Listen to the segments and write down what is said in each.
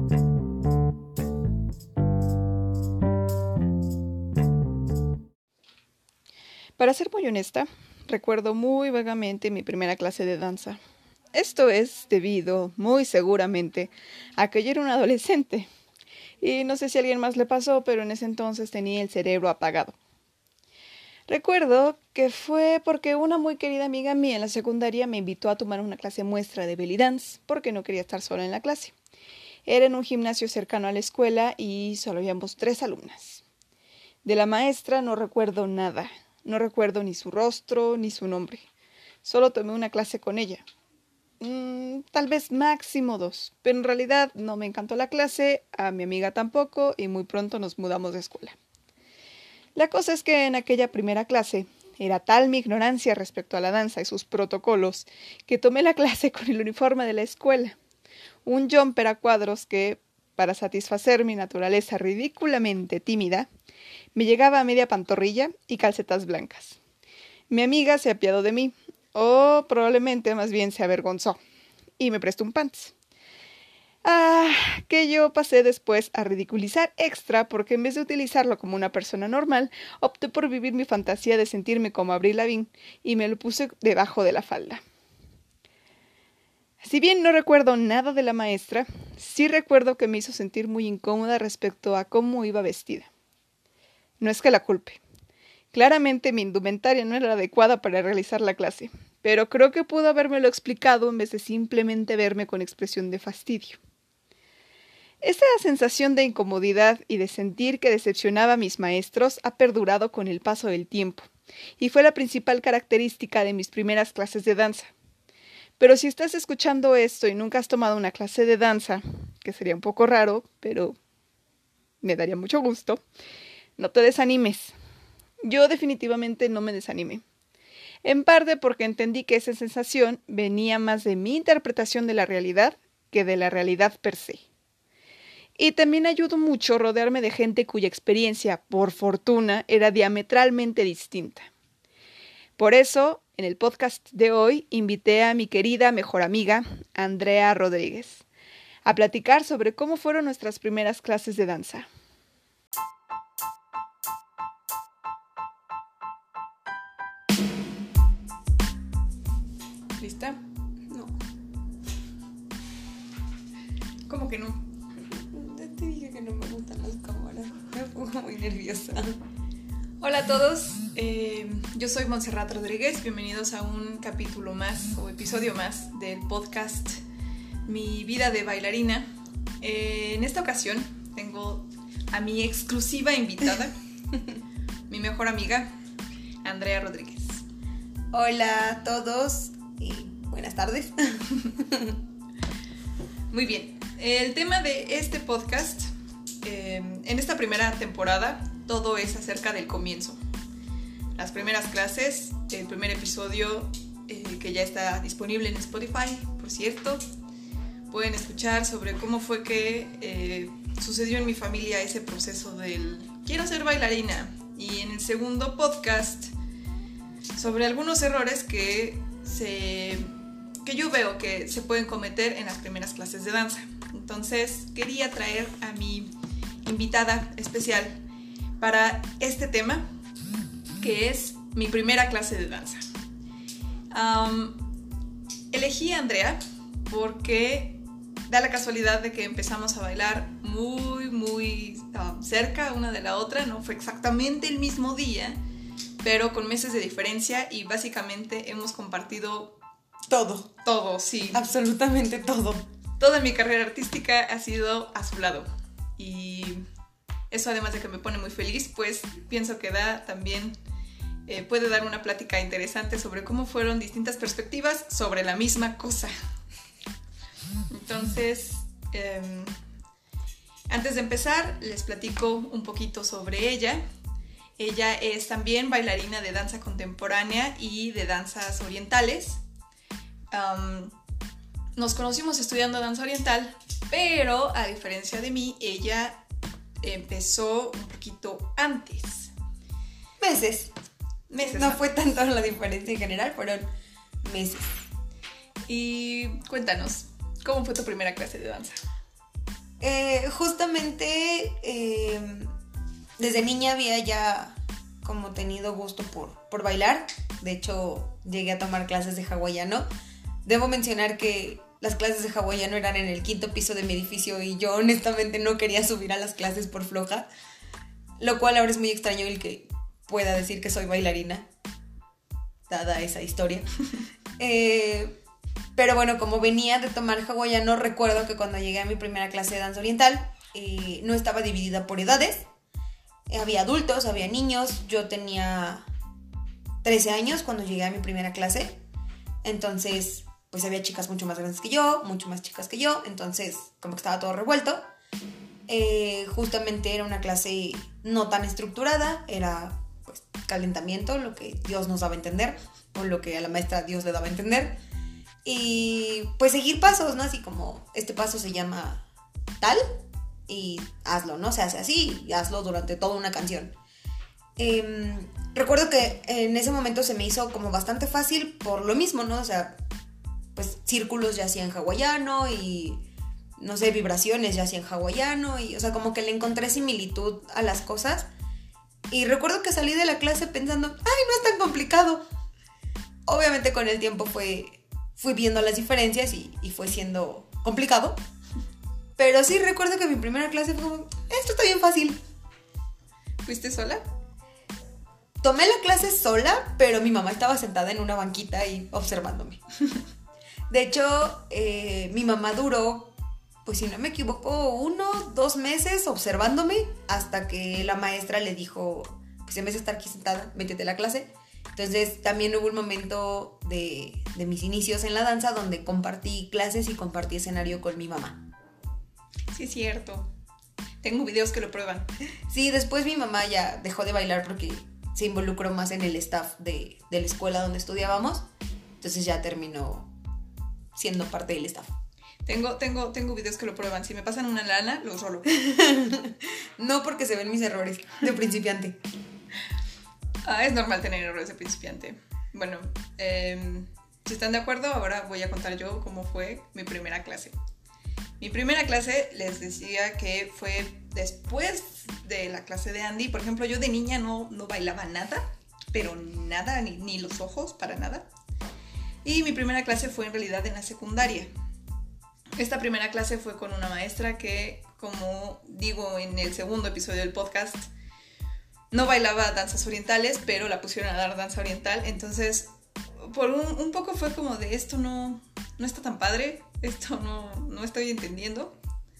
Para ser muy honesta, recuerdo muy vagamente mi primera clase de danza. Esto es debido, muy seguramente, a que yo era una adolescente. Y no sé si a alguien más le pasó, pero en ese entonces tenía el cerebro apagado. Recuerdo que fue porque una muy querida amiga mía en la secundaria me invitó a tomar una clase muestra de belly dance, porque no quería estar sola en la clase. Era en un gimnasio cercano a la escuela y solo habíamos 3 alumnas. De la maestra no recuerdo nada. No recuerdo ni su rostro ni su nombre. Solo tomé una clase con ella. Tal vez máximo 2, pero en realidad no me encantó la clase, a mi amiga tampoco, y muy pronto nos mudamos de escuela. La cosa es que en aquella primera clase era tal mi ignorancia respecto a la danza y sus protocolos que tomé la clase con el uniforme de la escuela. Un jumper a cuadros que, para satisfacer mi naturaleza ridículamente tímida, me llegaba a media pantorrilla y calcetas blancas. Mi amiga se apiadó de mí, o probablemente más bien se avergonzó, y me prestó un pants. Que yo pasé después a ridiculizar extra porque en vez de utilizarlo como una persona normal, opté por vivir mi fantasía de sentirme como Avril Lavigne y me lo puse debajo de la falda. Si bien no recuerdo nada de la maestra, sí recuerdo que me hizo sentir muy incómoda respecto a cómo iba vestida. No es que la culpe. Claramente mi indumentaria no era la adecuada para realizar la clase, pero creo que pudo habérmelo explicado en vez de simplemente verme con expresión de fastidio. Esa sensación de incomodidad y de sentir que decepcionaba a mis maestros ha perdurado con el paso del tiempo, y fue la principal característica de mis primeras clases de danza. Pero si estás escuchando esto y nunca has tomado una clase de danza, que sería un poco raro, pero me daría mucho gusto, no te desanimes. Yo definitivamente no me desanimé. En parte porque entendí que esa sensación venía más de mi interpretación de la realidad que de la realidad per se. Y también ayudó mucho rodearme de gente cuya experiencia, por fortuna, era diametralmente distinta. Por eso, en el podcast de hoy, invité a mi querida mejor amiga, Andrea Rodríguez, a platicar sobre cómo fueron nuestras primeras clases de danza. ¿Lista? No. ¿Cómo que no? Ya te dije que no me gustan las cámaras. Me pongo muy nerviosa. Hola a todos, yo soy Montserrat Rodríguez. Bienvenidos a un capítulo más o episodio más del podcast Mi vida de bailarina. En esta ocasión tengo a mi exclusiva invitada, mi mejor amiga, Andrea Rodríguez. Hola a todos y buenas tardes. Muy bien, el tema de este podcast, en esta primera temporada, todo es acerca del comienzo. Las primeras clases, el primer episodio que ya está disponible en Spotify, por cierto. Pueden escuchar sobre cómo fue que sucedió en mi familia ese proceso del quiero ser bailarina. Y en el segundo podcast, sobre algunos errores que yo veo que se pueden cometer en las primeras clases de danza. Entonces quería traer a mi invitada especial para este tema, que es mi primera clase de danza. Elegí a Andrea porque da la casualidad de que empezamos a bailar muy cerca una de la otra. No fue exactamente el mismo día, pero con meses de diferencia, y básicamente hemos compartido todo, sí. Absolutamente todo. Toda mi carrera artística ha sido a su lado. Y eso, además de que me pone muy feliz, pues pienso que da también, puede dar una plática interesante sobre cómo fueron distintas perspectivas sobre la misma cosa. Entonces, antes de empezar, les platico un poquito sobre ella. Ella es también bailarina de danza contemporánea y de danzas orientales. Nos conocimos estudiando danza oriental, pero a diferencia de mí, ella empezó un poquito antes. Meses. No fue tanto la diferencia en general, fueron meses. Y cuéntanos, ¿cómo fue tu primera clase de danza? Justamente desde niña había ya como tenido gusto por bailar. De hecho, llegué a tomar clases de hawaiano. Debo mencionar que las clases de hawaiano eran en el 5º piso de mi edificio y yo honestamente no quería subir a las clases por floja. Lo cual ahora es muy extraño el que pueda decir que soy bailarina, dada esa historia. Pero bueno, como venía de tomar hawaiano, recuerdo que cuando llegué a mi primera clase de danza oriental, no estaba dividida por edades. Había adultos, había niños. Yo tenía 13 años cuando llegué a mi primera clase. Entonces, pues había chicas mucho más grandes que yo, mucho más chicas que yo. Entonces, como que estaba todo revuelto. Justamente era una clase no tan estructurada. Era, pues, calentamiento, lo que Dios nos daba a entender, o lo que a la maestra Dios le daba a entender. Y pues seguir pasos, ¿no? Así como, este paso se llama tal y hazlo, ¿no? Se hace así y hazlo durante toda una canción. Recuerdo que en ese momento se me hizo como bastante fácil por lo mismo, ¿no? O sea, pues círculos ya hacía en hawaiano y, no sé, vibraciones ya hacía en hawaiano y, o sea, como que le encontré similitud a las cosas. Y recuerdo que salí de la clase pensando, ¡ay, no es tan complicado! Obviamente con el tiempo fui viendo las diferencias y fue siendo complicado. Pero sí recuerdo que mi primera clase fue como, esto está bien fácil. ¿Fuiste sola? Tomé la clase sola, pero mi mamá estaba sentada en una banquita y observándome. De hecho, mi mamá duró, pues si no me equivoco, 1, 2 meses observándome hasta que la maestra le dijo, pues en vez de estar aquí sentada, métete a la clase. Entonces también hubo un momento de mis inicios en la danza donde compartí clases y compartí escenario con mi mamá. Sí, es cierto. Tengo videos que lo prueban. Sí, después mi mamá ya dejó de bailar porque se involucró más en el staff de la escuela donde estudiábamos. Entonces ya terminó siendo parte del staff. Tengo videos que lo prueban. Si me pasan una lana, los rolo. No, porque se ven mis errores de principiante. Es normal tener errores de principiante. Bueno, si están de acuerdo, ahora voy a contar yo cómo fue mi primera clase. Mi primera clase, les decía que fue después de la clase de Andy. Por ejemplo, yo de niña no bailaba nada, pero nada, ni los ojos, para nada. Y mi primera clase fue en realidad en la secundaria. Esta primera clase fue con una maestra que, como digo en el segundo episodio del podcast, no bailaba danzas orientales, pero la pusieron a dar danza oriental. Entonces, por un poco fue como de esto no está tan padre, esto no estoy entendiendo.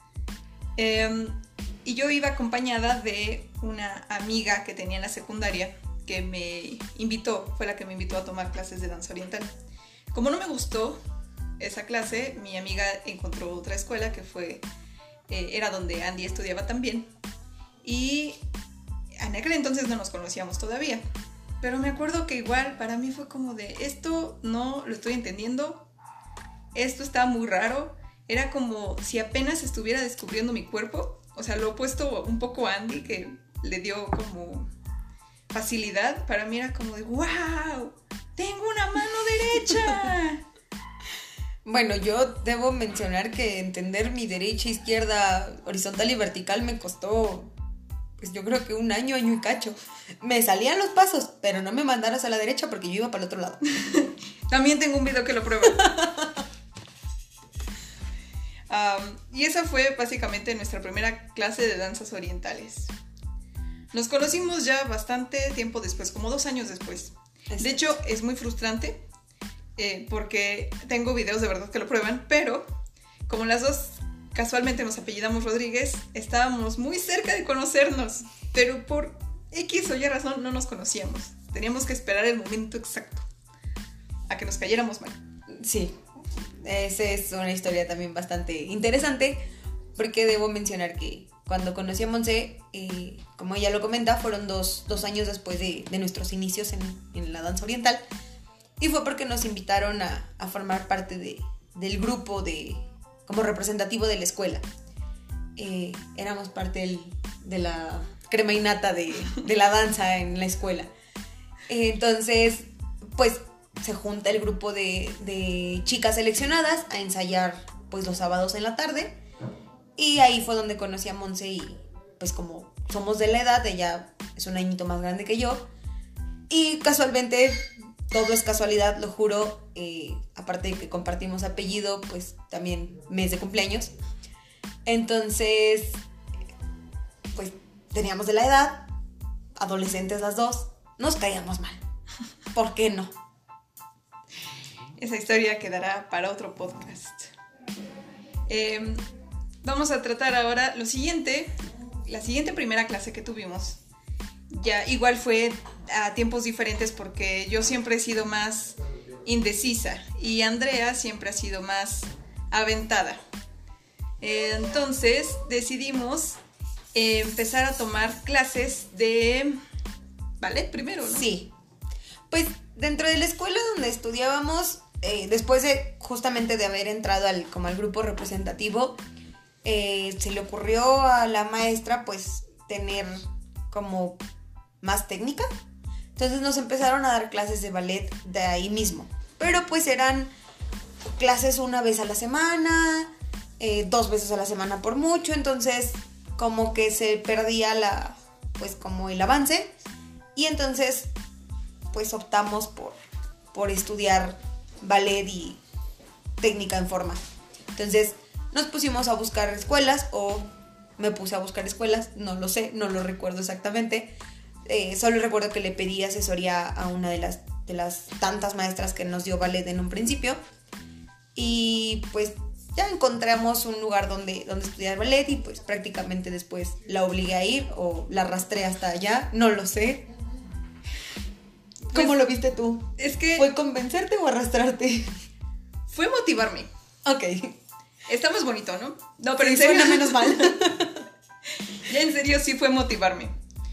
Y yo iba acompañada de una amiga que tenía en la secundaria que me invitó, fue la que me invitó a tomar clases de danza oriental. Como no me gustó esa clase, mi amiga encontró otra escuela que era donde Andy estudiaba también. Y en aquel entonces no nos conocíamos todavía. Pero me acuerdo que igual para mí fue como de, esto no lo estoy entendiendo, esto está muy raro. Era como si apenas estuviera descubriendo mi cuerpo. O sea, lo opuesto un poco a Andy, que le dio como facilidad. Para mí era como de, ¡wow! ¡Tengo una mano derecha! Bueno, yo debo mencionar que entender mi derecha, izquierda, horizontal y vertical me costó, pues yo creo que 1 año y cacho. Me salían los pasos, pero no me mandaras a la derecha porque yo iba para el otro lado. También tengo un video que lo prueba. Y esa fue básicamente nuestra primera clase de danzas orientales. Nos conocimos ya bastante tiempo después, como 2 años después. De hecho, es muy frustrante porque tengo videos de verdad que lo prueban, pero como las dos casualmente nos apellidamos Rodríguez, estábamos muy cerca de conocernos, pero por X o Y razón no nos conocíamos. Teníamos que esperar el momento exacto a que nos cayéramos mal. Sí, esa es una historia también bastante interesante, porque debo mencionar que cuando conocí a Monse, como ella lo comenta, fueron 2 años después de nuestros inicios en la danza oriental, y fue porque nos invitaron a formar parte del grupo como representativo de la escuela. Éramos parte de la crema innata de la danza en la escuela. Entonces, pues se junta el grupo de chicas seleccionadas a ensayar pues los sábados en la tarde. Y ahí fue donde conocí a Monse y pues como somos de la edad, ella es un añito más grande que yo. Y casualmente, todo es casualidad, lo juro, aparte de que compartimos apellido, pues también mes de cumpleaños. Entonces, pues teníamos de la edad, adolescentes las dos, nos caíamos mal. ¿Por qué no? Esa historia quedará para otro podcast. Vamos a tratar ahora lo siguiente. La siguiente primera clase que tuvimos, ya igual fue a tiempos diferentes porque yo siempre he sido más indecisa y Andrea siempre ha sido más aventada. Entonces decidimos empezar a tomar clases de ballet primero, ¿no? Sí. Pues dentro de la escuela donde estudiábamos, después de justamente de haber entrado al grupo representativo, se le ocurrió a la maestra pues tener como más técnica. Entonces nos empezaron a dar clases de ballet de ahí mismo. Pero pues eran clases una vez a la semana, 2 veces a la semana por mucho. Entonces como que se perdía pues como el avance. Y entonces pues optamos por estudiar ballet y técnica en forma. Entonces nos pusimos a buscar escuelas, o me puse a buscar escuelas, no lo sé, no lo recuerdo exactamente. Solo recuerdo que le pedí asesoría a una de las tantas maestras que nos dio ballet en un principio. Y pues ya encontramos un lugar donde estudiar ballet y pues prácticamente después la obligué a ir o la arrastré hasta allá, no lo sé. ¿Cómo lo viste tú? Es que ¿Fue convencerte o arrastrarte? fue motivarme. Ok. Está más bonito, ¿no? No, pero Sí, en serio. suena menos mal. Ya en serio sí fue motivarme.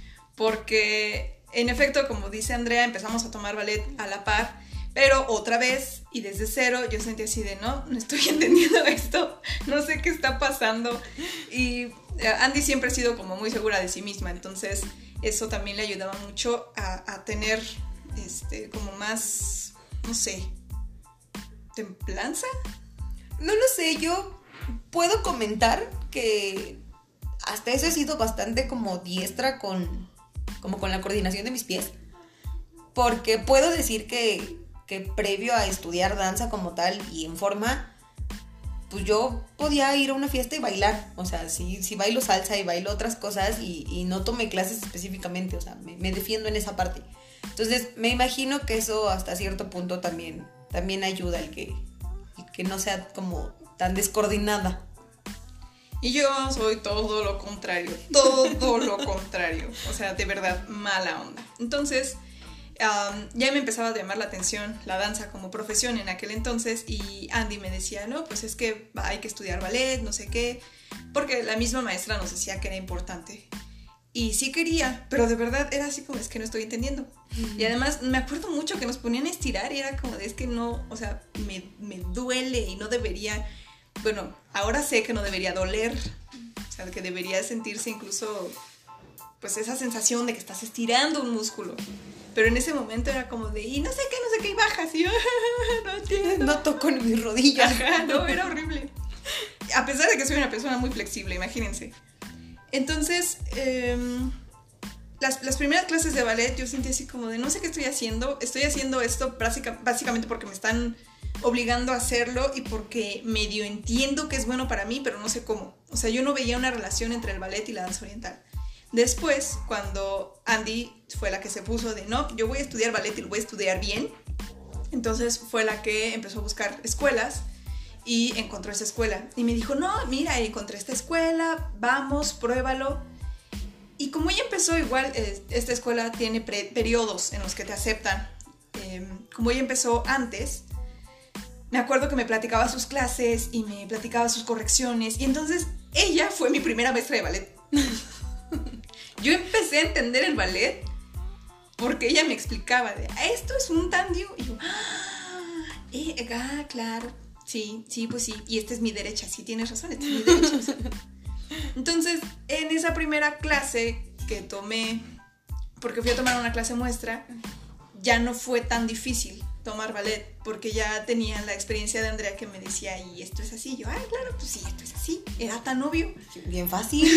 Porque, en efecto, como dice Andrea, empezamos a tomar ballet a la par. Pero otra vez, y desde cero, yo sentí así de, no estoy entendiendo esto. No sé qué está pasando. Y Andy siempre ha sido como muy segura de sí misma. Entonces, eso también le ayudaba mucho a tener, como más, no sé, templanza. No lo sé, yo puedo comentar que hasta eso he sido bastante como diestra con la coordinación de mis pies. Porque puedo decir que previo a estudiar danza como tal y en forma, pues yo podía ir a una fiesta y bailar. O sea, sí bailo salsa y bailo otras cosas y no tomé clases específicamente. O sea, me defiendo en esa parte. Entonces, me imagino que eso hasta cierto punto también ayuda el que no sea como tan descoordinada. Y yo soy todo lo contrario, todo lo contrario. O sea, de verdad, mala onda. Entonces, ya me empezaba a llamar la atención la danza como profesión en aquel entonces. Y Andy me decía, no, pues es que hay que estudiar ballet, no sé qué. Porque la misma maestra nos decía que era importante. Y sí quería, pero de verdad era así como, es que no estoy entendiendo. Y además me acuerdo mucho que nos ponían a estirar y era como de, es que no, o sea, me duele y no debería, bueno, ahora sé que no debería doler, o sea, que debería sentirse incluso, pues esa sensación de que estás estirando un músculo. Pero en ese momento era como de, y no sé qué, y bajas, y yo, no entiendo. No toco ni mis rodillas. Ajá, no, era horrible. A pesar de que soy una persona muy flexible, imagínense. Entonces, las primeras clases de ballet yo sentí así como de no sé qué estoy haciendo esto básicamente porque me están obligando a hacerlo y porque medio entiendo que es bueno para mí, pero no sé cómo. O sea, yo no veía una relación entre el ballet y la danza oriental. Después, cuando Andy fue la que se puso de no, yo voy a estudiar ballet y lo voy a estudiar bien, entonces fue la que empezó a buscar escuelas. Y encontró esa escuela. Y me dijo, no, mira, encontré esta escuela, vamos, pruébalo. Y como ella empezó igual, esta escuela tiene periodos en los que te aceptan. Como ella empezó antes, me acuerdo que me platicaba sus clases y me platicaba sus correcciones. Y entonces ella fue mi primera maestra de ballet. Yo empecé a entender el ballet porque ella me explicaba de, esto es un tandio. Y yo, claro. Sí, pues sí, y esta es mi derecha, sí tienes razón, esta es mi derecha. Entonces, en esa primera clase que tomé, porque fui a tomar una clase muestra, ya no fue tan difícil, tomar ballet, porque ya tenía la experiencia de Andrea que me decía, y esto es así. Yo, claro, pues sí, esto es así. Era tan obvio. Bien fácil.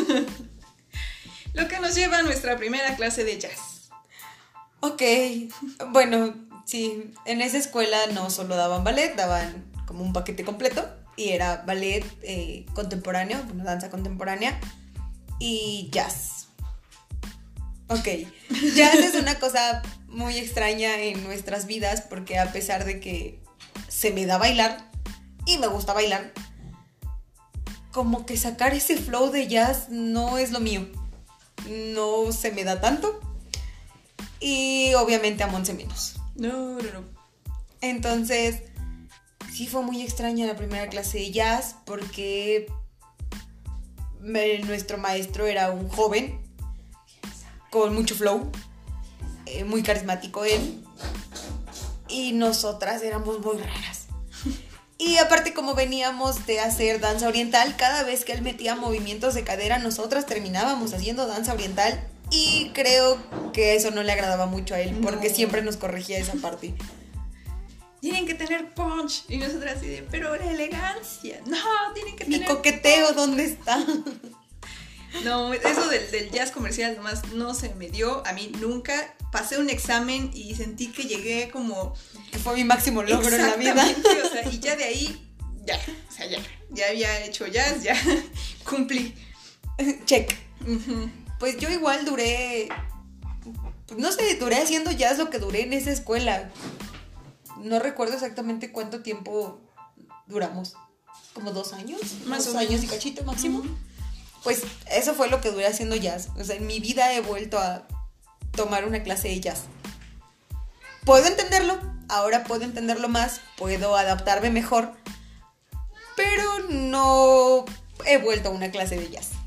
Lo que nos lleva a nuestra primera clase de jazz. Ok, bueno, sí, en esa escuela no solo daban ballet, daban como un paquete completo. Y era ballet contemporáneo, bueno, danza contemporánea y jazz. Ok, jazz es una cosa muy extraña en nuestras vidas porque a pesar de que se me da bailar y me gusta bailar, como que sacar ese flow de jazz no es lo mío. No se me da tanto y obviamente a Monse menos. No. Entonces, sí fue muy extraña la primera clase de jazz porque nuestro maestro era un joven con mucho flow, muy carismático él, y nosotras éramos muy raras. Y aparte, como veníamos de hacer danza oriental, cada vez que él metía movimientos de cadera, nosotras terminábamos haciendo danza oriental. Y creo que eso no le agradaba mucho a él, porque siempre nos corregía esa parte. Tienen que tener punch. Y nosotras así de, pero la elegancia. No, tienen que tener Mi coqueteo, ¿dónde está? No, eso del jazz comercial nomás no se me dio a mí nunca. Pasé un examen y sentí que llegué como... Que fue mi máximo logro en la vida. O sea, y ya de ahí, ya había hecho jazz, ya cumplí. Check. Uh-huh. Pues yo igual duré, no sé, duré haciendo jazz lo que duré en esa escuela. No recuerdo exactamente cuánto tiempo duramos. ¿Como 2 años? Más 2 o años menos. Y cachito máximo. Uh-huh. Pues eso fue lo que duré haciendo jazz. O sea, en mi vida he vuelto a tomar una clase de jazz. Puedo entenderlo, ahora puedo entenderlo más, puedo adaptarme mejor, pero no he vuelto a una clase de jazz.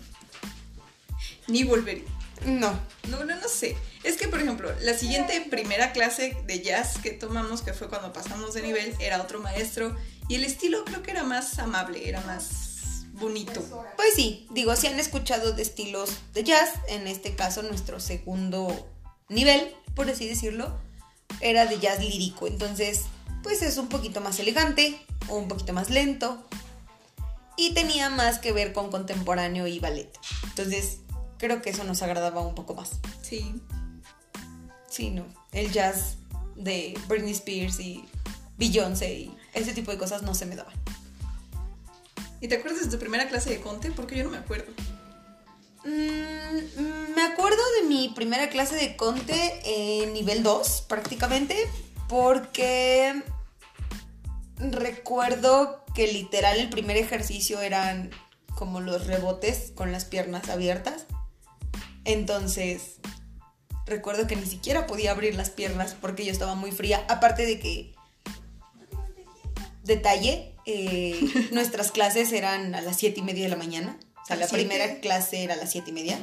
Ni volveré. No sé. Es que, por ejemplo, la siguiente primera clase de jazz que tomamos, que fue cuando pasamos de nivel, era otro maestro y el estilo creo que era más amable, era más bonito. Pues sí, digo, si han escuchado de estilos de jazz, en este caso nuestro segundo nivel, por así decirlo, era de jazz lírico. Entonces, pues es un poquito más elegante, o un poquito más lento, y tenía más que ver con contemporáneo y ballet. Entonces, creo que eso nos agradaba un poco más. Sí. Sí, no. El jazz de Britney Spears y Beyoncé y ese tipo de cosas no se me daban. ¿Y te acuerdas de tu primera clase de conte? Porque yo no me acuerdo. Me acuerdo de mi primera clase de conte en nivel 2, prácticamente, porque recuerdo que literal el primer ejercicio eran como los rebotes con las piernas abiertas. Entonces, recuerdo que ni siquiera podía abrir las piernas porque yo estaba muy fría. Aparte de que, detalle, nuestras clases eran a las 7:30 de la mañana. O sea, la primera clase era a las 7:30.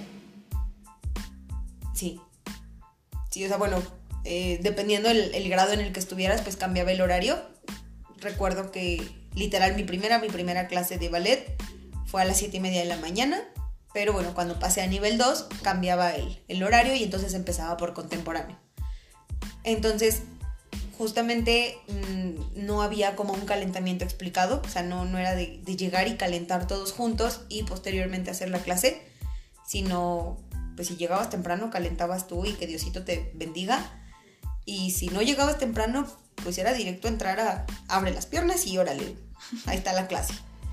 Sí. Sí, o sea, bueno, dependiendo el grado en el que estuvieras, pues cambiaba el horario. Recuerdo que literal mi primera clase de ballet fue a las 7:30 de la mañana. Pero bueno, cuando pasé a nivel 2 cambiaba el horario y entonces empezaba por contemporáneo. Entonces, justamente no había como un calentamiento explicado. O sea, no era de llegar y calentar todos juntos y posteriormente hacer la clase, sino pues si llegabas temprano calentabas tú y que Diosito te bendiga. Y si no llegabas temprano, pues era directo entrar a abre las piernas y órale, ahí está la clase.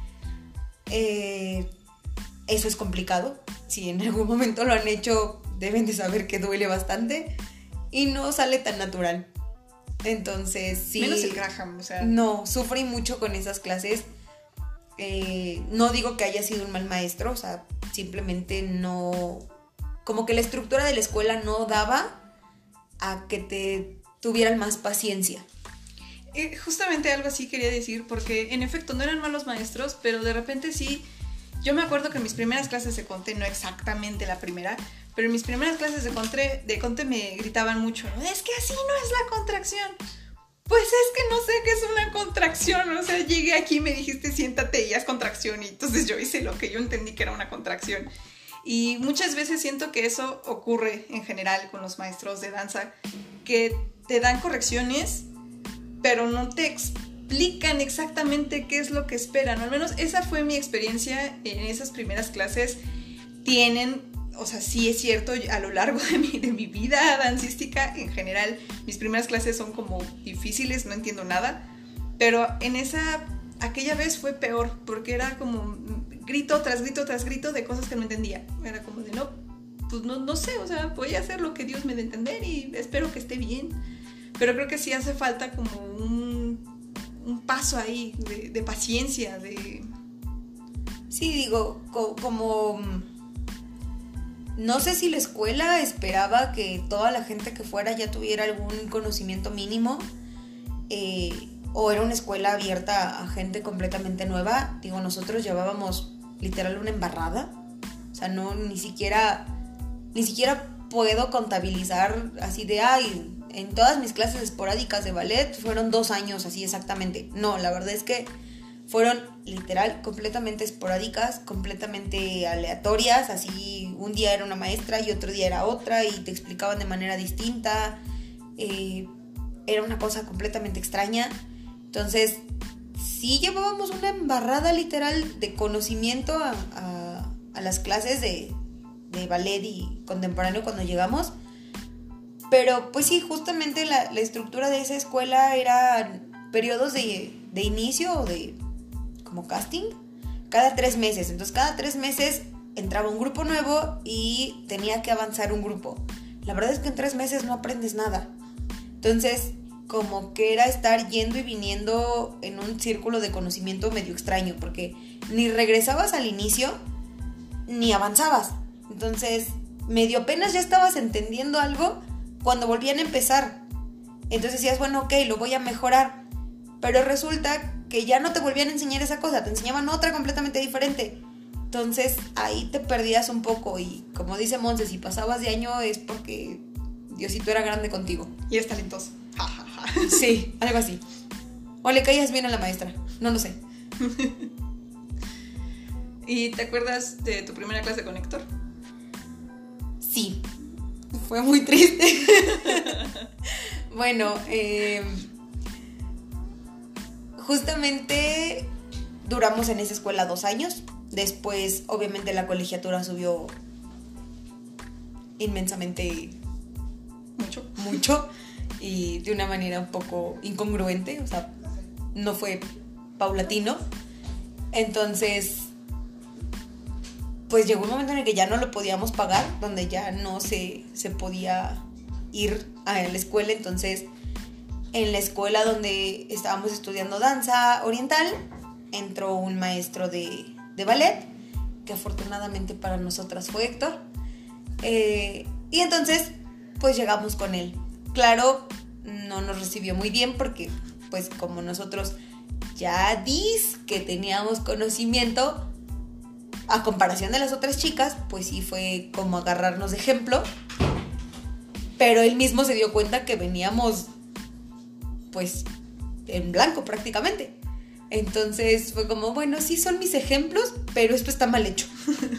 Eso es complicado. Si en algún momento lo han hecho, deben de saber que duele bastante y no sale tan natural. Entonces, sí. Menos el Graham, o sea. No, sufrí mucho con esas clases. No digo que haya sido un mal maestro, o sea, simplemente no. Como que la estructura de la escuela no daba a que te tuvieran más paciencia. Justamente algo así quería decir, porque en efecto no eran malos maestros, pero de repente sí. Yo me acuerdo que en mis primeras clases de conte, no exactamente la primera, pero en mis primeras clases de conte me gritaban mucho, ¿no? Es que así no es la contracción. Pues es que no sé qué es una contracción. O sea, llegué aquí y me dijiste siéntate y haz contracción. Y entonces yo hice lo que yo entendí que era una contracción. Y muchas veces siento que eso ocurre en general con los maestros de danza, que te dan correcciones, pero no te explican exactamente qué es lo que esperan. Al menos esa fue mi experiencia en esas primeras clases. O sea, sí es cierto, a lo largo de mi vida dancística, en general, mis primeras clases son como difíciles, no entiendo nada, pero aquella vez fue peor, porque era como grito tras grito tras grito de cosas que no entendía. Era como de no sé, o sea, voy a hacer lo que Dios me dé a entender y espero que esté bien, pero creo que sí hace falta como un paso ahí de paciencia, Sí, digo, como... No sé si la escuela esperaba que toda la gente que fuera ya tuviera algún conocimiento mínimo, o era una escuela abierta a gente completamente nueva. Digo, nosotros llevábamos literal una embarrada. O sea, ni siquiera puedo contabilizar así de, en todas mis clases esporádicas de ballet fueron 2 años así exactamente. No, la verdad es que fueron literal completamente esporádicas, completamente aleatorias, así un día era una maestra y otro día era otra y te explicaban de manera distinta, era una cosa completamente extraña. Entonces sí llevábamos una embarrada literal de conocimiento a las clases de ballet y contemporáneo cuando llegamos, pero pues sí, justamente la estructura de esa escuela era periodos de inicio o de como casting cada 3 meses. Entonces cada 3 meses entraba un grupo nuevo y tenía que avanzar un grupo. La verdad es que en 3 meses no aprendes nada. Entonces como que era estar yendo y viniendo en un círculo de conocimiento medio extraño, porque ni regresabas al inicio ni avanzabas. Entonces medio apenas ya estabas entendiendo algo cuando volvían a empezar. Entonces decías, bueno, ok, lo voy a mejorar, pero resulta que ya no te volvían a enseñar esa cosa, te enseñaban otra completamente diferente. Entonces ahí te perdías un poco, y como dice Monse, si pasabas de año es porque Diosito era grande contigo. Y eres talentoso. Sí, algo así. O le caías bien a la maestra, no lo sé. ¿Y te acuerdas de tu primera clase con Héctor? Sí, fue muy triste. Bueno, justamente duramos en esa escuela 2 años. Después, obviamente, la colegiatura subió inmensamente mucho y de una manera un poco incongruente, o sea, no fue paulatino. Entonces, pues llegó un momento en el que ya no lo podíamos pagar, donde ya no se podía ir a la escuela. Entonces, en la escuela donde estábamos estudiando danza oriental, entró un maestro de ballet, que afortunadamente para nosotras fue Héctor. Y entonces, pues llegamos con él. Claro, no nos recibió muy bien porque, pues como nosotros ya que teníamos conocimiento, a comparación de las otras chicas, pues sí fue como agarrarnos de ejemplo. Pero él mismo se dio cuenta que veníamos, pues, en blanco prácticamente. Entonces fue como, bueno, sí son mis ejemplos, pero esto está mal hecho.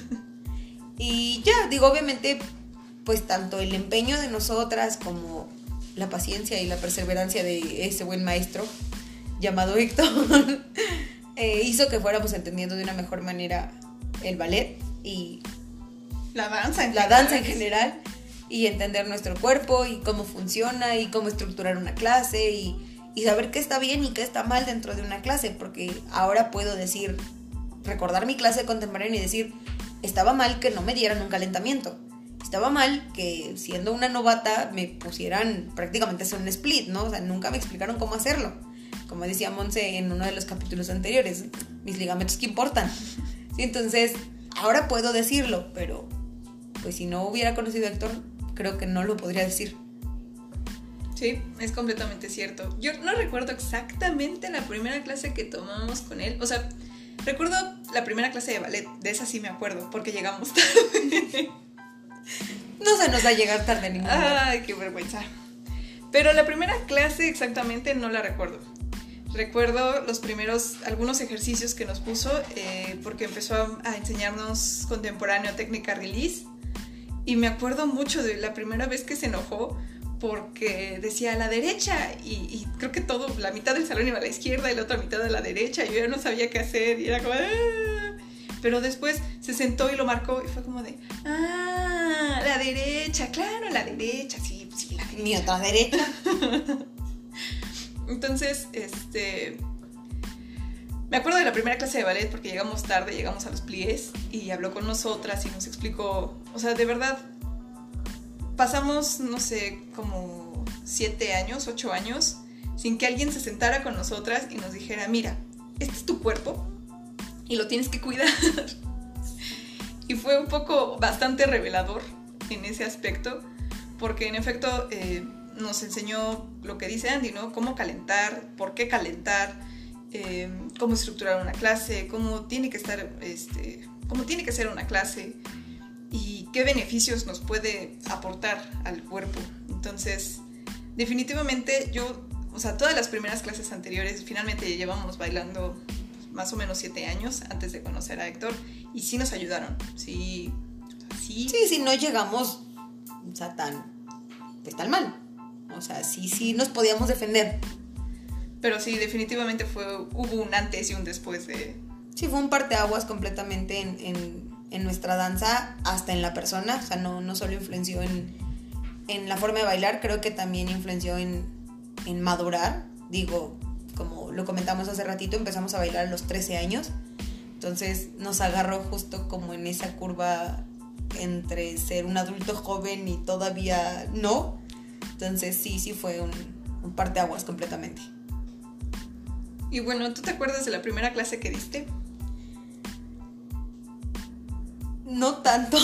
Y ya, digo, obviamente, pues tanto el empeño de nosotras como la paciencia y la perseverancia de ese buen maestro llamado Héctor hizo que fuéramos entendiendo de una mejor manera el ballet y la danza en general, y entender nuestro cuerpo y cómo funciona y cómo estructurar una clase y saber qué está bien y qué está mal dentro de una clase, porque ahora puedo recordar mi clase contemporánea y decir, estaba mal que no me dieran un calentamiento, estaba mal que siendo una novata me pusieran prácticamente a hacer un split, ¿no? O sea, nunca me explicaron cómo hacerlo. Como decía Monse en uno de los capítulos anteriores, mis ligamentos, ¿qué importan? Sí, entonces, ahora puedo decirlo, pero pues si no hubiera conocido a Héctor, creo que no lo podría decir. Sí, es completamente cierto. Yo no recuerdo exactamente la primera clase que tomamos con él. O sea, recuerdo la primera clase de ballet, de esa sí me acuerdo, porque llegamos tarde. No se nos va a llegar tarde ninguna. Ay, qué vergüenza. Pero la primera clase exactamente no la recuerdo. Recuerdo algunos ejercicios que nos puso, porque empezó a enseñarnos contemporáneo, técnica release. Y me acuerdo mucho de la primera vez que se enojó porque decía a la derecha y creo que la mitad del salón iba a la izquierda y la otra mitad a la derecha y yo ya no sabía qué hacer y era como... Pero después se sentó y lo marcó y fue como de... la derecha, claro, la derecha, sí, la derecha. Mi otra derecha. Entonces, me acuerdo de la primera clase de ballet porque llegamos tarde, llegamos a los pliés y habló con nosotras y nos explicó, o sea, de verdad, pasamos, no sé, como 7 años, 8 años, sin que alguien se sentara con nosotras y nos dijera, mira, este es tu cuerpo y lo tienes que cuidar. Y fue un poco bastante revelador en ese aspecto, porque en efecto nos enseñó lo que dice Andy, ¿no? Cómo calentar, por qué calentar, cómo estructurar una clase, cómo tiene que estar, cómo tiene que ser una clase y qué beneficios nos puede aportar al cuerpo. Entonces, definitivamente o sea, todas las primeras clases anteriores, finalmente llevamos bailando más o menos 7 años antes de conocer a Héctor y sí nos ayudaron, sí, no llegamos, o sea, tan mal, o sea, sí nos podíamos defender. Pero sí, definitivamente hubo un antes y un después de... Sí, fue un parteaguas completamente en nuestra danza, hasta en la persona, o sea, no solo influenció en la forma de bailar, creo que también influenció en madurar. Digo, como lo comentamos hace ratito, empezamos a bailar a los 13 años, entonces nos agarró justo como en esa curva entre ser un adulto joven y todavía no, entonces sí fue un parteaguas completamente. Y bueno, ¿tú te acuerdas de la primera clase que diste? No tanto.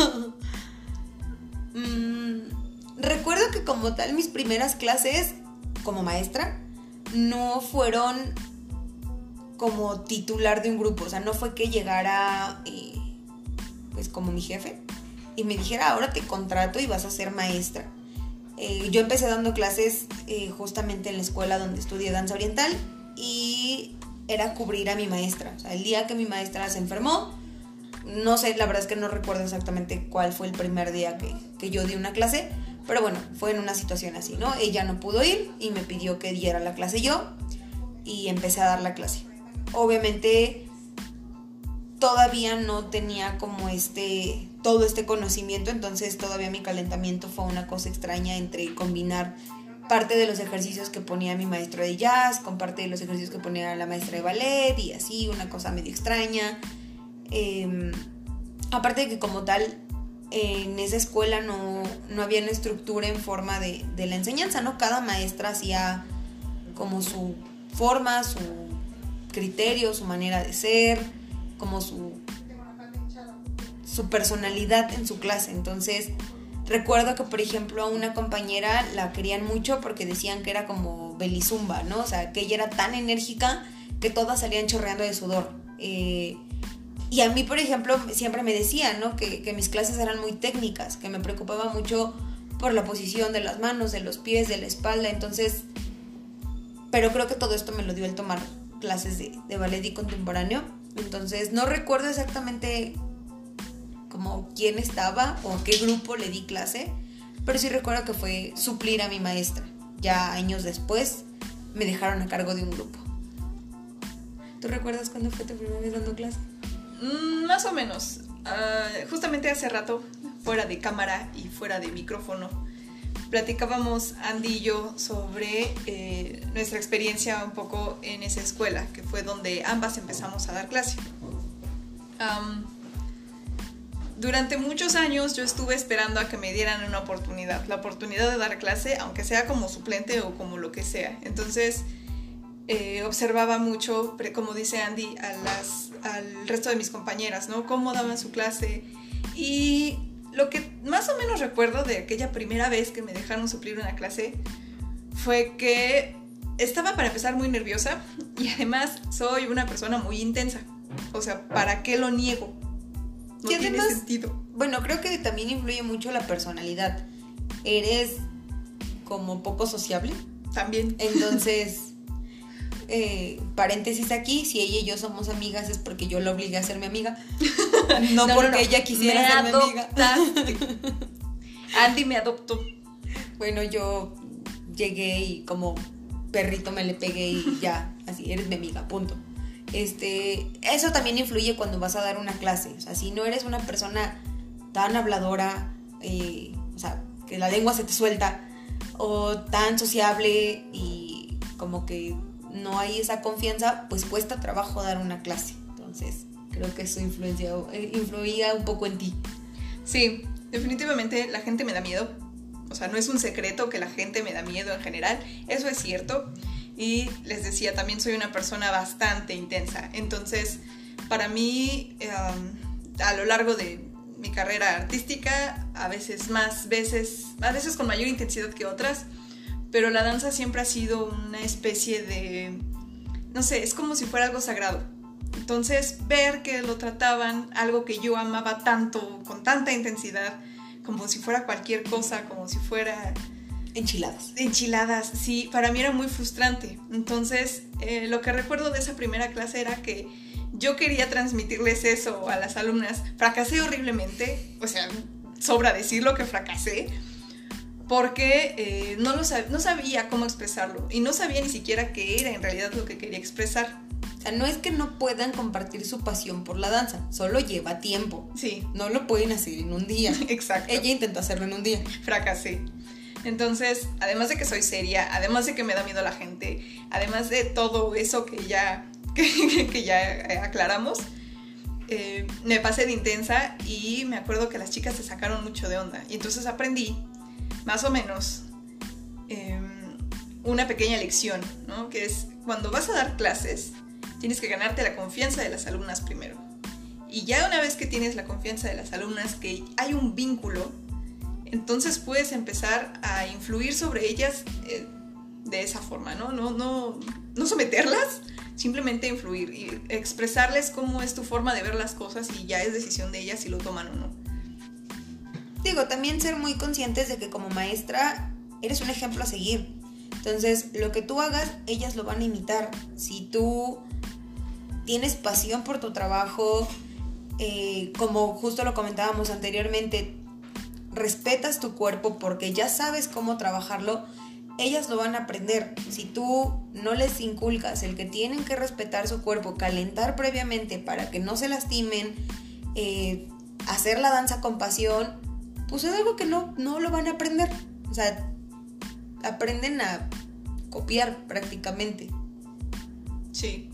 Recuerdo que como tal mis primeras clases como maestra no fueron como titular de un grupo, o sea, no fue que llegara pues como mi jefe y me dijera, ahora te contrato y vas a ser maestra. Yo empecé dando clases justamente en la escuela donde estudié danza oriental y era cubrir a mi maestra. O sea, el día que mi maestra se enfermó, no sé, la verdad es que no recuerdo exactamente cuál fue el primer día que yo di una clase, pero bueno, fue en una situación así, ¿no? Ella no pudo ir y me pidió que diera la clase yo y empecé a dar la clase. Obviamente todavía no tenía como todo este conocimiento, entonces todavía mi calentamiento fue una cosa extraña entre combinar parte de los ejercicios que ponía mi maestro de jazz con parte de los ejercicios que ponía la maestra de ballet y así, una cosa medio extraña. Aparte de que como tal en esa escuela no había una estructura en forma de la enseñanza, ¿no? Cada maestra hacía como su forma, su criterio, su manera de ser, como su personalidad en su clase. Entonces recuerdo que por ejemplo a una compañera la querían mucho porque decían que era como Belizumba, ¿no? O sea, que ella era tan enérgica que todas salían chorreando de sudor. Y a mí, por ejemplo, siempre me decían, ¿no? que mis clases eran muy técnicas, que me preocupaba mucho por la posición de las manos, de los pies, de la espalda. Entonces, pero creo que todo esto me lo dio el tomar clases de ballet y contemporáneo. Entonces no recuerdo exactamente como quién estaba o qué grupo le di clase, pero sí recuerdo que fue suplir a mi maestra. Ya años después me dejaron a cargo de un grupo. ¿Tú recuerdas cuándo fue tu primera vez dando clase? Más o menos. Justamente hace rato, fuera de cámara y fuera de micrófono, platicábamos Andy y yo sobre nuestra experiencia un poco en esa escuela, que fue donde ambas empezamos a dar clase. Durante muchos años yo estuve esperando a que me dieran una oportunidad, la oportunidad de dar clase, aunque sea como suplente o como lo que sea. Entonces observaba mucho, como dice Andy, al resto de mis compañeras, ¿no? Cómo daban su clase. Y lo que más o menos recuerdo de aquella primera vez que me dejaron suplir una clase fue que estaba, para empezar, muy nerviosa y además soy una persona muy intensa. O sea, ¿para qué lo niego? No y además, tiene sentido. Bueno, creo que también influye mucho la personalidad. Eres como poco sociable. También. Entonces, paréntesis aquí, si ella y yo somos amigas es porque yo la obligué a ser mi amiga. No porque ella quisiera ser mi amiga. Andy me adoptó. Bueno, yo llegué y como perrito me le pegué y ya, así, eres mi amiga, punto. Eso también influye cuando vas a dar una clase. O sea, si no eres una persona tan habladora, o sea, que la lengua se te suelta, o tan sociable y como que no hay esa confianza, pues cuesta trabajo dar una clase. Entonces, creo que eso influía un poco en ti. Sí, definitivamente la gente me da miedo. O sea, no es un secreto que la gente me da miedo en general. Eso es cierto. Y les decía, también soy una persona bastante intensa. Entonces, para mí, a lo largo de mi carrera artística, a veces con mayor intensidad que otras, pero la danza siempre ha sido una especie de, no sé, es como si fuera algo sagrado. Entonces, ver que lo trataban, algo que yo amaba tanto, con tanta intensidad, como si fuera cualquier cosa, como si fuera... Enchiladas, sí, para mí era muy frustrante. Entonces, lo que recuerdo de esa primera clase era que yo quería transmitirles eso a las alumnas. Fracasé horriblemente, o sea, sobra decirlo que fracasé, porque no sabía cómo expresarlo y no sabía ni siquiera qué era en realidad lo que quería expresar. O sea, no es que no puedan compartir su pasión por la danza, solo lleva tiempo. Sí. No lo pueden hacer en un día. Exacto. Ella intentó hacerlo en un día. Fracasé. Entonces, además de que soy seria, además de que me da miedo la gente, además de todo eso que ya aclaramos, me pasé de intensa y me acuerdo que las chicas se sacaron mucho de onda. Y entonces aprendí, más o menos, una pequeña lección, ¿no? Que es, cuando vas a dar clases, tienes que ganarte la confianza de las alumnas primero. Y ya una vez que tienes la confianza de las alumnas, que hay un vínculo, entonces puedes empezar a influir sobre ellas de esa forma, ¿no? No someterlas, simplemente influir y expresarles cómo es tu forma de ver las cosas y ya es decisión de ellas si lo toman o no. Digo, también ser muy conscientes de que como maestra eres un ejemplo a seguir. Entonces, lo que tú hagas, ellas lo van a imitar. Si tú tienes pasión por tu trabajo, como justo lo comentábamos anteriormente, respetas tu cuerpo porque ya sabes cómo trabajarlo, ellas lo van a aprender. Si tú no les inculcas el que tienen que respetar su cuerpo, calentar previamente para que no se lastimen, hacer la danza con pasión, pues es algo que no lo van a aprender. O sea, aprenden a copiar prácticamente. Sí.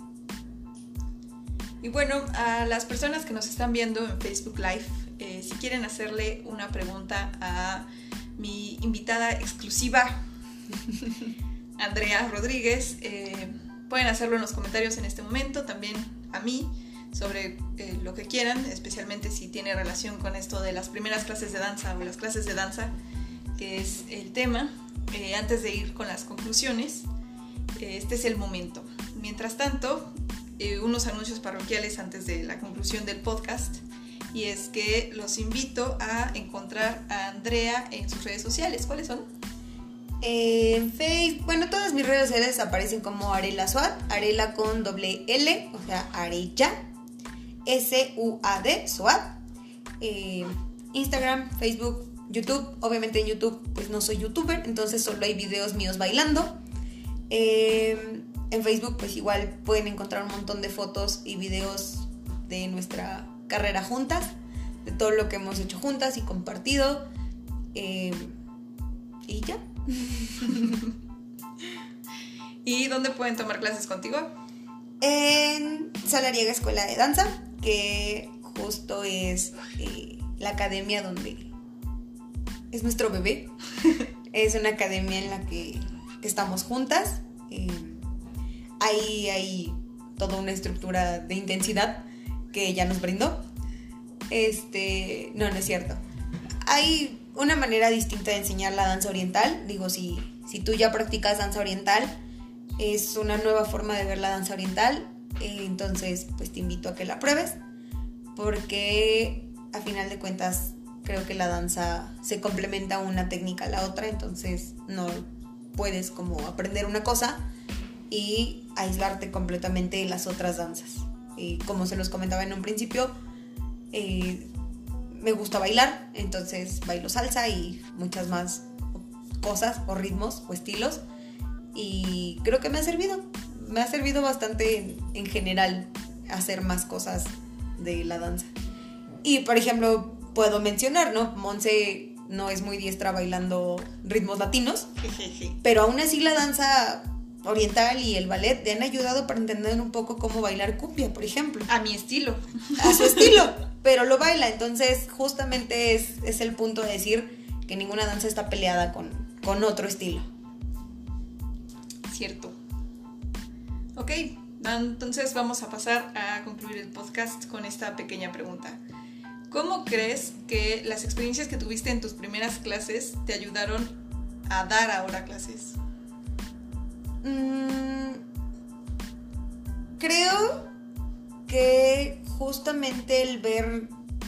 Y bueno, a las personas que nos están viendo en Facebook Live, si quieren hacerle una pregunta a mi invitada exclusiva, Andrea Rodríguez, pueden hacerlo en los comentarios en este momento, también a mí, sobre lo que quieran, especialmente si tiene relación con esto de las primeras clases de danza o las clases de danza, que es el tema. Antes de ir con las conclusiones, este es el momento. Mientras tanto, unos anuncios parroquiales antes de la conclusión del podcast, y es que los invito a encontrar a Andrea en sus redes sociales. ¿Cuáles son? En Facebook, bueno, todas mis redes sociales aparecen como Arela Suad, Arela con doble L, o sea, Arella, S-U-A-D, Suad. Instagram, Facebook, YouTube. Obviamente en YouTube pues no soy youtuber, entonces solo hay videos míos bailando. En Facebook pues igual pueden encontrar un montón de fotos y videos de nuestra carrera juntas, de todo lo que hemos hecho juntas y compartido, y ya. ¿Y dónde pueden tomar clases contigo? En Salariega Escuela de Danza, que justo es la academia donde es nuestro bebé. Es una academia en la que estamos juntas. Hay toda una estructura de intensidad que ella nos brindó. No es cierto. Hay una manera distinta de enseñar la danza oriental. Digo, si tú ya practicas danza oriental, es una nueva forma de ver la danza oriental. Entonces, pues te invito a que la pruebes, porque a final de cuentas creo que la danza se complementa una técnica a la otra. Entonces no puedes como aprender una cosa y aislarte completamente de las otras danzas. Como se los comentaba en un principio, me gusta bailar, entonces bailo salsa y muchas más cosas o ritmos o estilos, y creo que me ha servido bastante en general hacer más cosas de la danza. Y por ejemplo, puedo mencionar, ¿no? Monse no es muy diestra bailando ritmos latinos, pero aún así la danza oriental y el ballet te han ayudado para entender un poco cómo bailar cumbia, por ejemplo. A mi estilo. A su estilo, pero lo baila. Entonces justamente es el punto de decir que ninguna danza está peleada con otro estilo. Cierto. Ok, entonces vamos a pasar a concluir el podcast con esta pequeña pregunta. ¿Cómo crees que las experiencias que tuviste en tus primeras clases te ayudaron a dar ahora clases? Creo que justamente el ver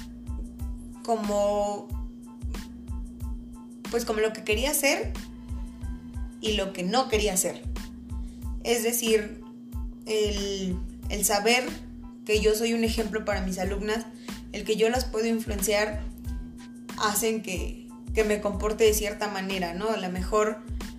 como lo que quería hacer y lo que no quería hacer. Es decir, el saber que yo soy un ejemplo para mis alumnas, el que yo las puedo influenciar, hacen que me comporte de cierta manera, ¿no? A lo mejor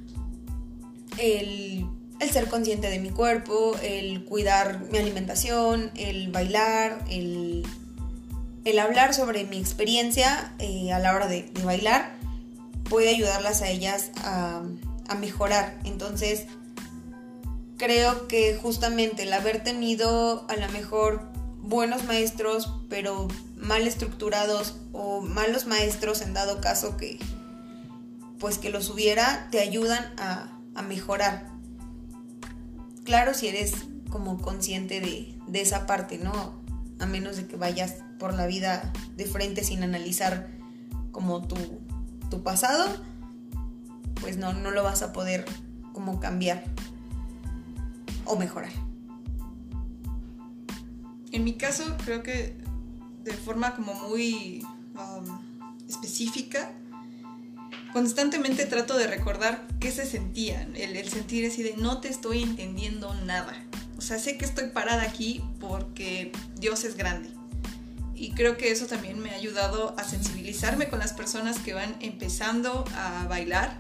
el ser consciente de mi cuerpo, el cuidar mi alimentación, el bailar, el hablar sobre mi experiencia a la hora de bailar, puede ayudarlas a ellas a mejorar. Entonces, creo que justamente el haber tenido a lo mejor buenos maestros, pero mal estructurados, o malos maestros en dado caso que los hubiera, te ayudan a mejorar. Claro, si eres como consciente de esa parte, ¿no? A menos de que vayas por la vida de frente sin analizar como tu pasado, pues no lo vas a poder como cambiar o mejorar. En mi caso, creo que de forma como muy específica, constantemente trato de recordar qué se sentía, el sentir así de no te estoy entendiendo nada. O sea, sé que estoy parada aquí porque Dios es grande. Y creo que eso también me ha ayudado a sensibilizarme con las personas que van empezando a bailar.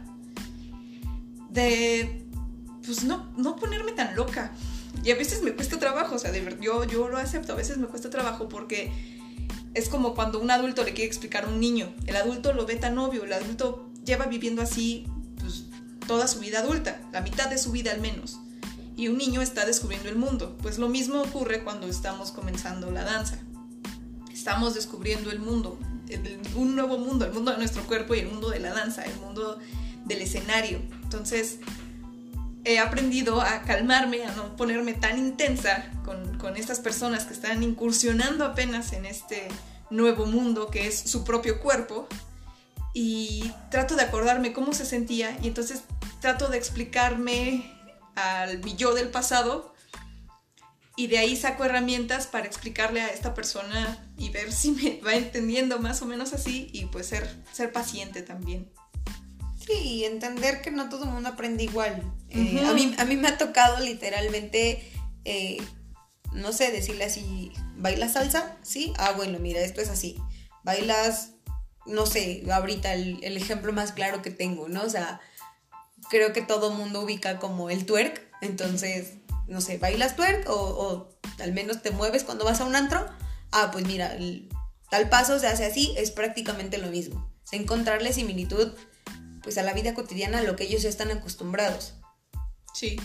De, pues no ponerme tan loca. Y a veces me cuesta trabajo, o sea, yo lo acepto, a veces me cuesta trabajo porque es como cuando un adulto le quiere explicar a un niño. El adulto lo ve tan obvio, el adulto lleva viviendo así pues, toda su vida adulta, la mitad de su vida al menos. Y un niño está descubriendo el mundo. Pues lo mismo ocurre cuando estamos comenzando la danza. Estamos descubriendo el mundo, un nuevo mundo, el mundo de nuestro cuerpo y el mundo de la danza, el mundo del escenario. Entonces he aprendido a calmarme, a no ponerme tan intensa con estas personas que están incursionando apenas en este nuevo mundo que es su propio cuerpo, y trato de acordarme cómo se sentía, y entonces trato de explicarme al mi yo del pasado, y de ahí saco herramientas para explicarle a esta persona y ver si me va entendiendo más o menos así, y pues ser paciente también. Sí, y entender que no todo el mundo aprende igual. Uh-huh. A mí me ha tocado literalmente, no sé, decirle así, ¿bailas salsa? Sí, bueno, mira, esto es así. ¿Bailas, no sé, ahorita el ejemplo más claro que tengo, ¿no? O sea, creo que todo el mundo ubica como el twerk, entonces, no sé, ¿bailas twerk? O al menos te mueves cuando vas a un antro. Pues mira, tal paso se hace así, es prácticamente lo mismo. O sea, encontrarle similitud pues a la vida cotidiana, a lo que ellos ya están acostumbrados. Sí.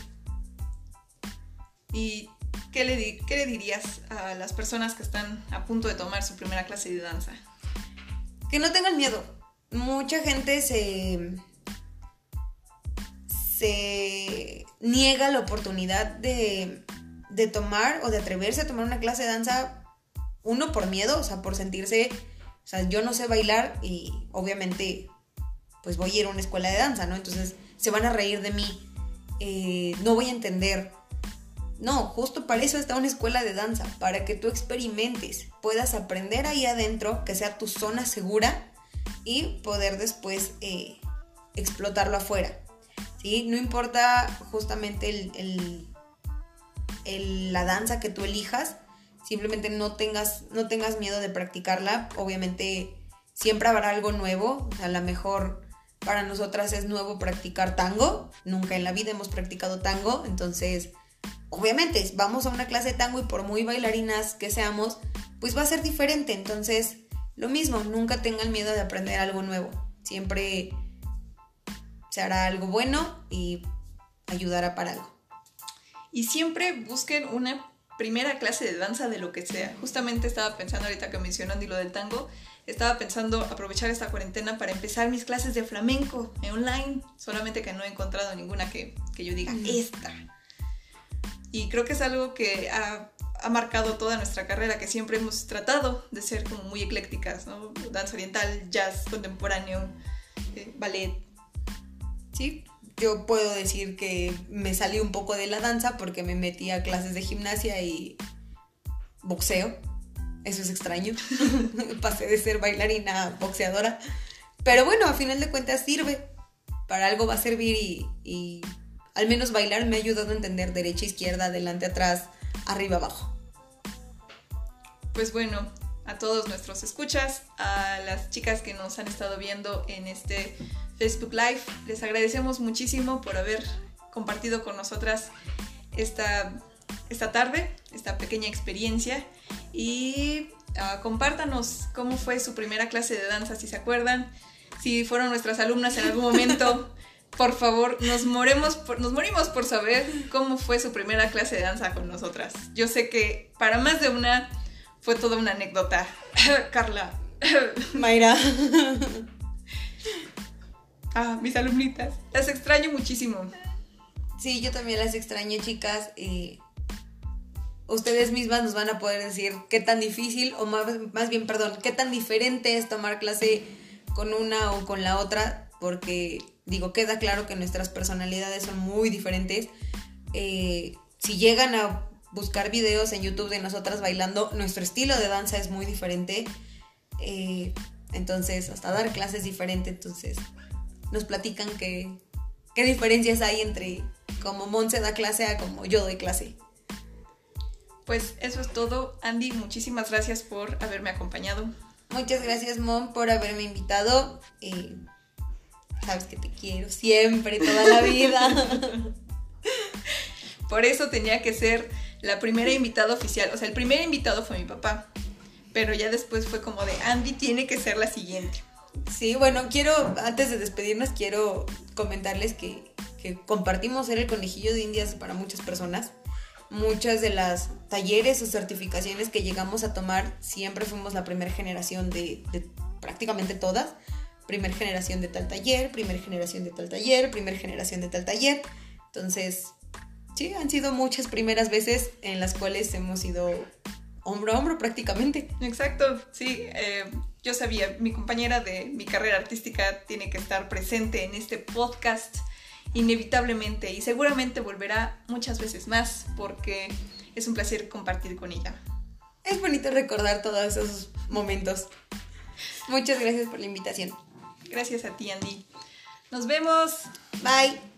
¿Y qué le dirías a las personas que están a punto de tomar su primera clase de danza? Que no tengan miedo. Mucha gente se niega la oportunidad de tomar o de atreverse a tomar una clase de danza, uno por miedo, o sea, por sentirse, o sea, yo no sé bailar y obviamente pues voy a ir a una escuela de danza, ¿no? Entonces se van a reír de mí, no voy a entender. No, justo para eso está una escuela de danza, para que tú experimentes, puedas aprender ahí adentro, que sea tu zona segura y poder después explotarlo afuera, ¿sí? No importa justamente la danza que tú elijas, simplemente no tengas miedo de practicarla. Obviamente siempre habrá algo nuevo, a lo mejor Para nosotras es nuevo practicar tango, nunca en la vida hemos practicado tango, entonces obviamente vamos a una clase de tango y por muy bailarinas que seamos, pues va a ser diferente. Entonces lo mismo, nunca tengan miedo de aprender algo nuevo, siempre se hará algo bueno y ayudará para algo. Y siempre busquen una primera clase de danza de lo que sea. Justamente estaba pensando ahorita que mencionó Andy lo del tango, estaba pensando aprovechar esta cuarentena para empezar mis clases de flamenco online, solamente que no he encontrado ninguna que yo diga esta. Y creo que es algo que ha marcado toda nuestra carrera, que siempre hemos tratado de ser como muy eclécticas, ¿no? Danza oriental, jazz, contemporáneo, ballet. Sí, yo puedo decir que me salí un poco de la danza porque me metí a clases de gimnasia y boxeo. Eso es extraño. Pasé de ser bailarina a boxeadora. Pero bueno, a final de cuentas sirve. Para algo va a servir y al menos bailar me ha ayudado a entender derecha, izquierda, adelante, atrás, arriba, abajo. Pues bueno, a todos nuestros escuchas, a las chicas que nos han estado viendo en este Facebook Live, les agradecemos muchísimo por haber compartido con nosotras esta tarde, esta pequeña experiencia, y compártanos cómo fue su primera clase de danza, si se acuerdan, si fueron nuestras alumnas en algún momento. Por favor, nos morimos por saber cómo fue su primera clase de danza con nosotras. Yo sé que para más de una fue toda una anécdota. Carla. Mayra. Mis alumnitas. Las extraño muchísimo. Sí, yo también las extraño, chicas. Ustedes mismas nos van a poder decir qué tan difícil, o más bien, qué tan diferente es tomar clase con una o con la otra, porque, queda claro que nuestras personalidades son muy diferentes. Si llegan a buscar videos en YouTube de nosotras bailando, nuestro estilo de danza es muy diferente. Entonces, hasta dar clases diferente, entonces nos platican qué diferencias hay entre como Monse da clase a como yo doy clase. Pues eso es todo. Andy, muchísimas gracias por haberme acompañado. Muchas gracias, Mom, por haberme invitado. Sabes que te quiero siempre, toda la vida. Por eso tenía que ser la primera invitada oficial. O sea, el primer invitado fue mi papá, pero ya después fue como de Andy tiene que ser la siguiente. Sí, bueno, antes de despedirnos, quiero comentarles que compartimos ser el conejillo de Indias para muchas personas. Muchas de las talleres o certificaciones que llegamos a tomar, siempre fuimos la primera generación de prácticamente todas. Primer generación de tal taller, primer generación de tal taller, primer generación de tal taller. Entonces, sí, han sido muchas primeras veces en las cuales hemos ido hombro a hombro prácticamente. Exacto, sí. Yo sabía, mi compañera de mi carrera artística tiene que estar presente en este podcast inevitablemente, y seguramente volverá muchas veces más porque es un placer compartir con ella. Es bonito recordar todos esos momentos. Muchas gracias por la invitación. Gracias a ti, Andy. Nos vemos. Bye.